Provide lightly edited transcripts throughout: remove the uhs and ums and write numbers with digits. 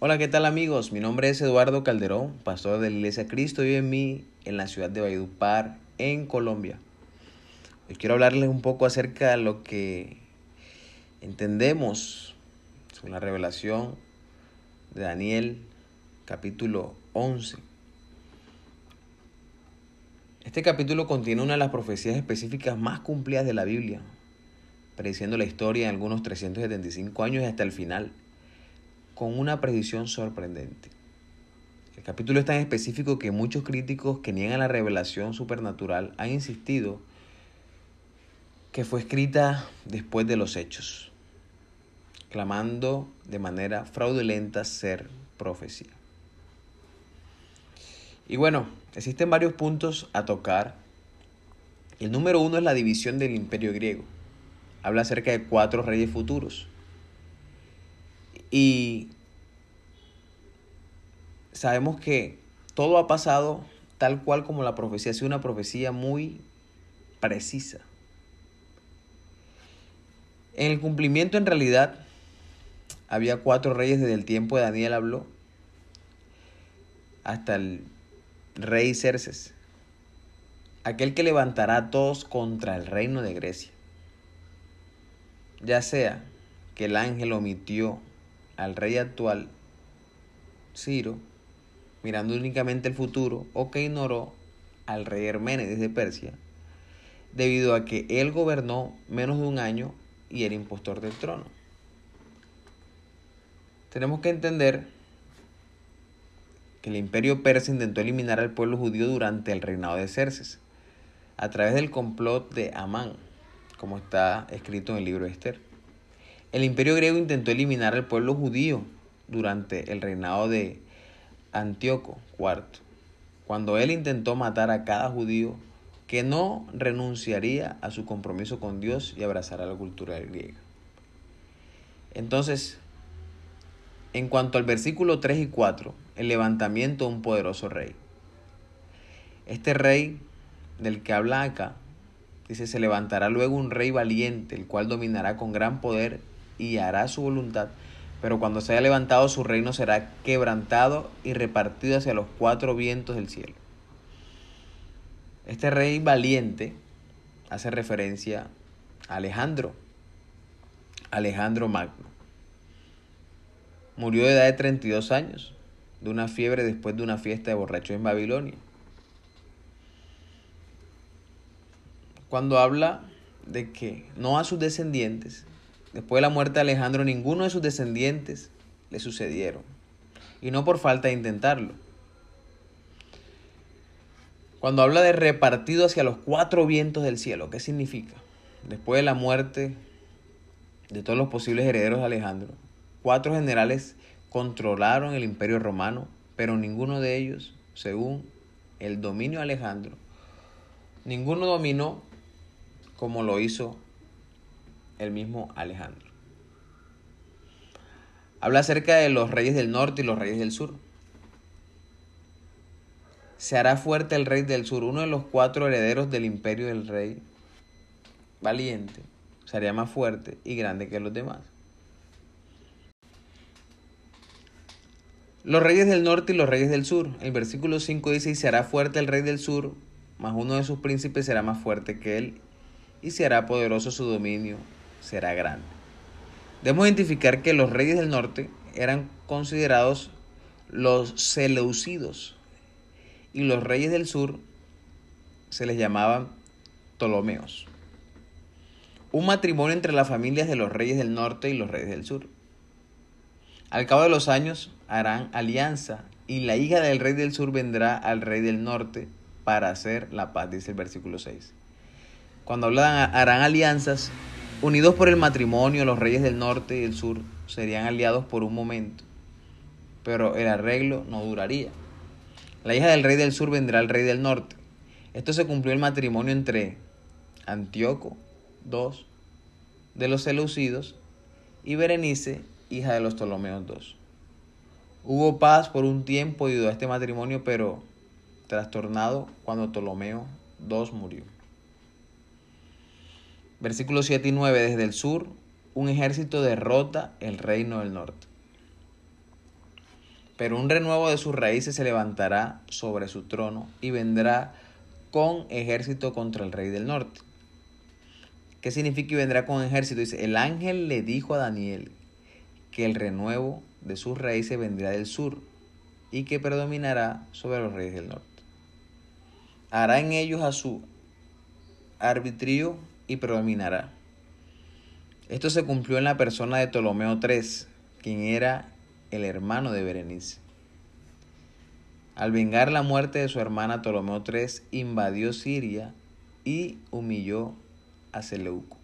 Hola, ¿qué tal amigos? Mi nombre es Eduardo Calderón, pastor de la Iglesia Cristo Vive en Mí, en la ciudad de Valledupar, en Colombia. Hoy quiero hablarles un poco acerca de lo que entendemos según la revelación de Daniel, capítulo 11. Este capítulo contiene una de las profecías específicas más cumplidas de la Biblia, prediciendo la historia en algunos 375 años y hasta el final, con una precisión sorprendente. El capítulo es tan específico que muchos críticos que niegan la revelación supernatural han insistido que fue escrita después de los hechos, clamando de manera fraudulenta ser profecía. Y bueno, existen varios puntos a tocar. El número 1 es la división del imperio griego. Habla acerca de 4 reyes futuros. Y sabemos que todo ha pasado tal cual como la profecía. Ha sido una profecía muy precisa. En el cumplimiento, en realidad, había 4 reyes desde el tiempo de Daniel habló hasta el rey Xerxes, aquel que levantará a todos contra el reino de Grecia. Ya sea que el ángel omitió al rey actual, Ciro, mirando únicamente el futuro, o que ignoró al rey Herménedes de Persia, debido a que él gobernó menos de un año y era impostor del trono. Tenemos que entender que el imperio persa intentó eliminar al pueblo judío durante el reinado de Xerxes, a través del complot de Amán, como está escrito en el libro de Esther. El imperio griego intentó eliminar al pueblo judío durante el reinado de Antíoco IV, cuando él intentó matar a cada judío que no renunciaría a su compromiso con Dios y abrazara la cultura griega. Entonces, en cuanto al versículo 3 y 4, el levantamiento de un poderoso rey. Este rey del que habla acá, dice, se levantará luego un rey valiente, el cual dominará con gran poder y hará su voluntad, pero cuando se haya levantado su reino será quebrantado y repartido hacia los 4 vientos del cielo. Este rey valiente hace referencia a Alejandro Magno. Murió de edad de 32 años, de una fiebre después de una fiesta de borrachos en Babilonia. Cuando habla de que no a sus descendientes, después de la muerte de Alejandro, ninguno de sus descendientes le sucedieron, y no por falta de intentarlo. Cuando habla de repartido hacia los 4 vientos del cielo, ¿qué significa? Después de la muerte de todos los posibles herederos de Alejandro, 4 generales controlaron el imperio romano, pero ninguno de ellos, según el dominio de Alejandro, ninguno dominó como lo hizo el mismo Alejandro. Habla acerca de los reyes del norte y los reyes del sur. Se hará fuerte el rey del sur, uno de los 4 herederos del imperio del rey valiente, se haría más fuerte y grande que los demás. Los reyes del norte y los reyes del sur. El versículo 5 dice, y se hará fuerte el rey del sur, mas uno de sus príncipes será más fuerte que él, y se hará poderoso su dominio, será grande. Debemos identificar que los reyes del norte eran considerados los seleucidos, y los reyes del sur se les llamaban Ptolomeos. Un matrimonio entre las familias de los reyes del norte y los reyes del sur. Al cabo de los años harán alianza y la hija del rey del sur vendrá al rey del norte para hacer la paz, dice el versículo 6. Cuando hablan harán alianzas, unidos por el matrimonio, los reyes del norte y del sur serían aliados por un momento, pero el arreglo no duraría. La hija del rey del sur vendrá al rey del norte. Esto se cumplió el matrimonio entre Antíoco II de los seleucidos y Berenice, hija de los Ptolomeos II. Hubo paz por un tiempo debido a este matrimonio, pero trastornado cuando Ptolomeo II murió. Versículos 7 y 9. Desde el sur, un ejército derrota el reino del norte. Pero un renuevo de sus raíces se levantará sobre su trono y vendrá con ejército contra el rey del norte. ¿Qué significa que vendrá con ejército? Dice, el ángel le dijo a Daniel que el renuevo de sus raíces vendrá del sur y que predominará sobre los reyes del norte. Hará en ellos a su arbitrio y predominará. Esto se cumplió en la persona de Ptolomeo III, quien era el hermano de Berenice. Al vengar la muerte de su hermana, Ptolomeo III invadió Siria y humilló a Seleuco.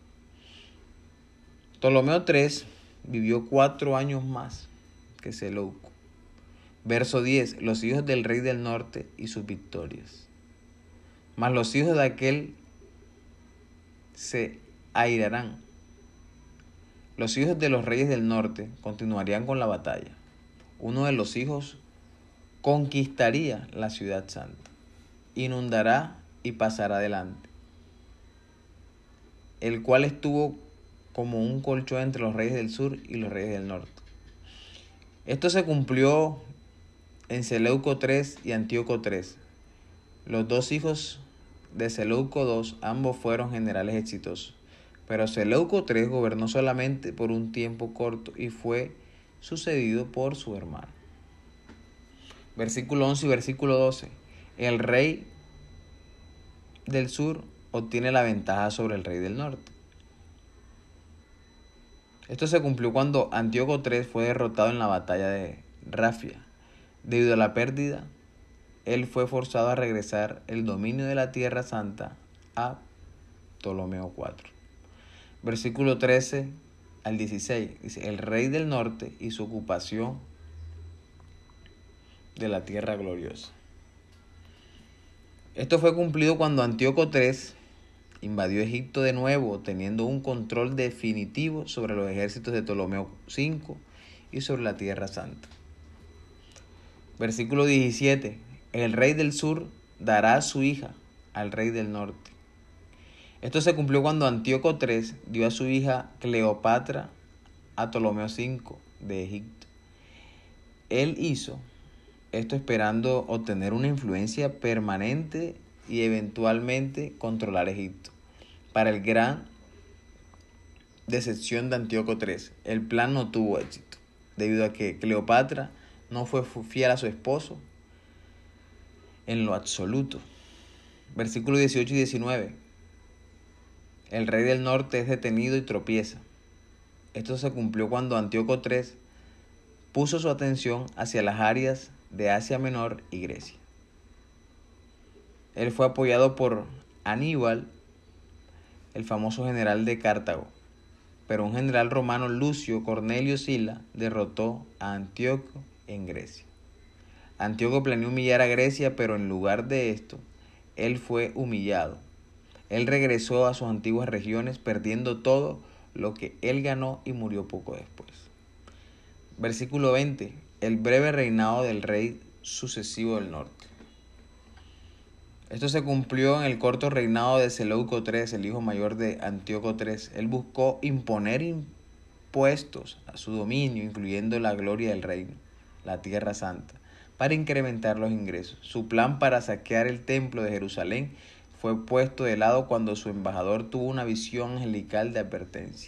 Ptolomeo III vivió 4 años más que Seleuco. Verso 10. Los hijos del rey del norte y sus victorias. Mas los hijos de aquel se airarán. Los hijos de los reyes del norte continuarían con la batalla. Uno de los hijos conquistaría la ciudad santa, inundará y pasará adelante, el cual estuvo como un colchón entre los reyes del sur y los reyes del norte. Esto se cumplió en Seleuco III y Antíoco III. Los dos hijos de Seleuco II, ambos fueron generales exitosos, pero Seleuco III gobernó solamente por un tiempo corto y fue sucedido por su hermano. Versículo 11 y versículo 12. El rey del sur obtiene la ventaja sobre el rey del norte. Esto se cumplió cuando Antíoco III fue derrotado en la batalla de Rafia. Debido a la pérdida, él fue forzado a regresar el dominio de la Tierra Santa a Ptolomeo IV. Versículo 13 al 16. Dice, el rey del norte y su ocupación de la tierra gloriosa. Esto fue cumplido cuando Antíoco III invadió Egipto de nuevo, teniendo un control definitivo sobre los ejércitos de Ptolomeo V y sobre la Tierra Santa. Versículo 17. El rey del sur dará a su hija al rey del norte. Esto se cumplió cuando Antíoco III dio a su hija Cleopatra a Ptolomeo V de Egipto. Él hizo esto esperando obtener una influencia permanente y eventualmente controlar Egipto. Para el gran decepción de Antíoco III, el plan no tuvo éxito, debido a que Cleopatra no fue fiel a su esposo en lo absoluto. Versículos 18 y 19. El rey del norte es detenido y tropieza. Esto se cumplió cuando Antíoco III puso su atención hacia las áreas de Asia Menor y Grecia. Él fue apoyado por Aníbal, el famoso general de Cartago, pero un general romano, Lucio Cornelio Sila, derrotó a Antíoco en Grecia. Antíoco planeó humillar a Grecia, pero en lugar de esto, él fue humillado. Él regresó a sus antiguas regiones, perdiendo todo lo que él ganó y murió poco después. Versículo 20. El breve reinado del rey sucesivo del norte. Esto se cumplió en el corto reinado de Seleuco III, el hijo mayor de Antíoco III. Él buscó imponer impuestos a su dominio, incluyendo la gloria del reino, la Tierra Santa, para incrementar los ingresos. Su plan para saquear el templo de Jerusalén fue puesto de lado cuando su embajador tuvo una visión angelical de advertencia.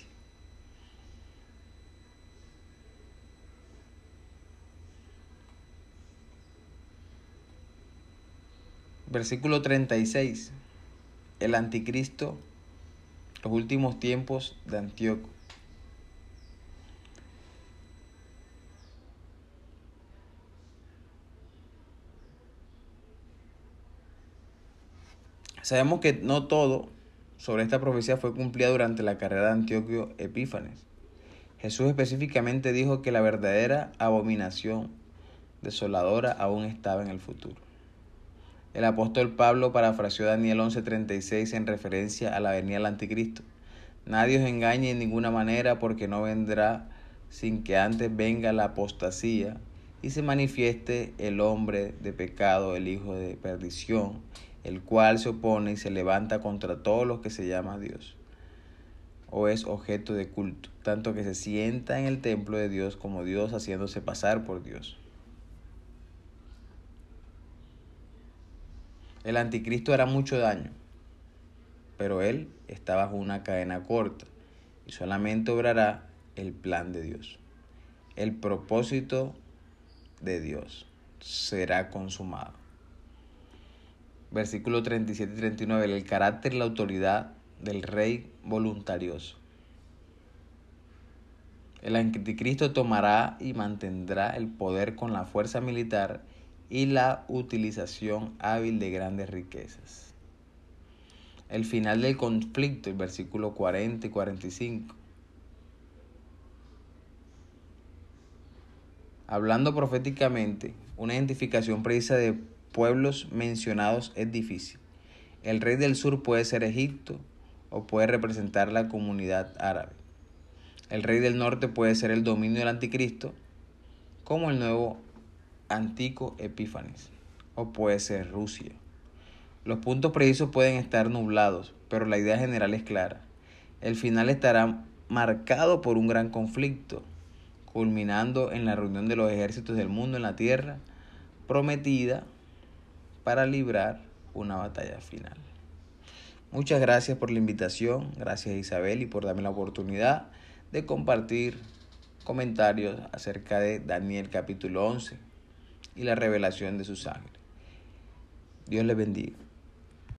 Versículo 36. El anticristo, los últimos tiempos de Antíoco. Sabemos que no todo sobre esta profecía fue cumplida durante la carrera de Antíoco Epífanes. Jesús específicamente dijo que la verdadera abominación desoladora aún estaba en el futuro. El apóstol Pablo parafraseó Daniel 11:36 en referencia a la venida del anticristo. Nadie os engañe en ninguna manera, porque no vendrá sin que antes venga la apostasía y se manifieste el hombre de pecado, el hijo de perdición, el cual se opone y se levanta contra todos los que se llama Dios o es objeto de culto, tanto que se sienta en el templo de Dios como Dios, haciéndose pasar por Dios. El anticristo hará mucho daño, pero él está bajo una cadena corta y solamente obrará el plan de Dios. El propósito de Dios será consumado. Versículo 37 y 39. El carácter y la autoridad del rey voluntarioso. El anticristo tomará y mantendrá el poder con la fuerza militar y la utilización hábil de grandes riquezas. El final del conflicto, el versículo 40 y 45. Hablando proféticamente, una identificación precisa de pueblos mencionados es difícil. El rey del sur puede ser Egipto o puede representar la comunidad árabe. El rey del norte puede ser el dominio del anticristo, como el nuevo Antico Epífanes, o puede ser Rusia. Los puntos precisos pueden estar nublados, pero la idea general es clara. El final estará marcado por un gran conflicto, culminando en la reunión de los ejércitos del mundo en la tierra, prometida para librar una batalla final. Muchas gracias por la invitación, gracias Isabel y por darme la oportunidad de compartir comentarios acerca de Daniel capítulo 11 y la revelación de sus ángeles. Dios les bendiga.